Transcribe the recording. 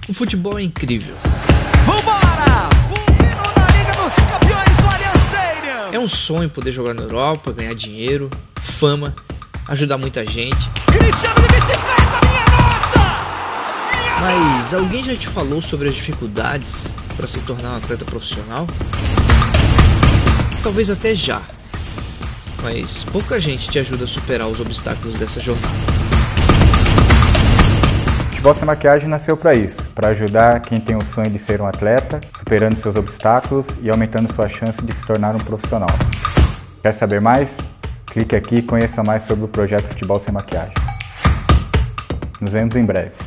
O futebol é incrível. Vambora! O hino da Liga dos Campeões do Allianz Stadium! É um sonho poder jogar na Europa, ganhar dinheiro, fama, ajudar muita gente. Cristiano de bicicleta, minha nossa! Mas alguém já te falou sobre as dificuldades para se tornar um atleta profissional? Talvez até já, mas pouca gente te ajuda a superar os obstáculos dessa jornada. Futebol Sem Maquiagem nasceu para isso, para ajudar quem tem o sonho de ser um atleta, superando seus obstáculos e aumentando sua chance de se tornar um profissional. Quer saber mais? Clique aqui e conheça mais sobre o projeto Futebol Sem Maquiagem. Nos vemos em breve.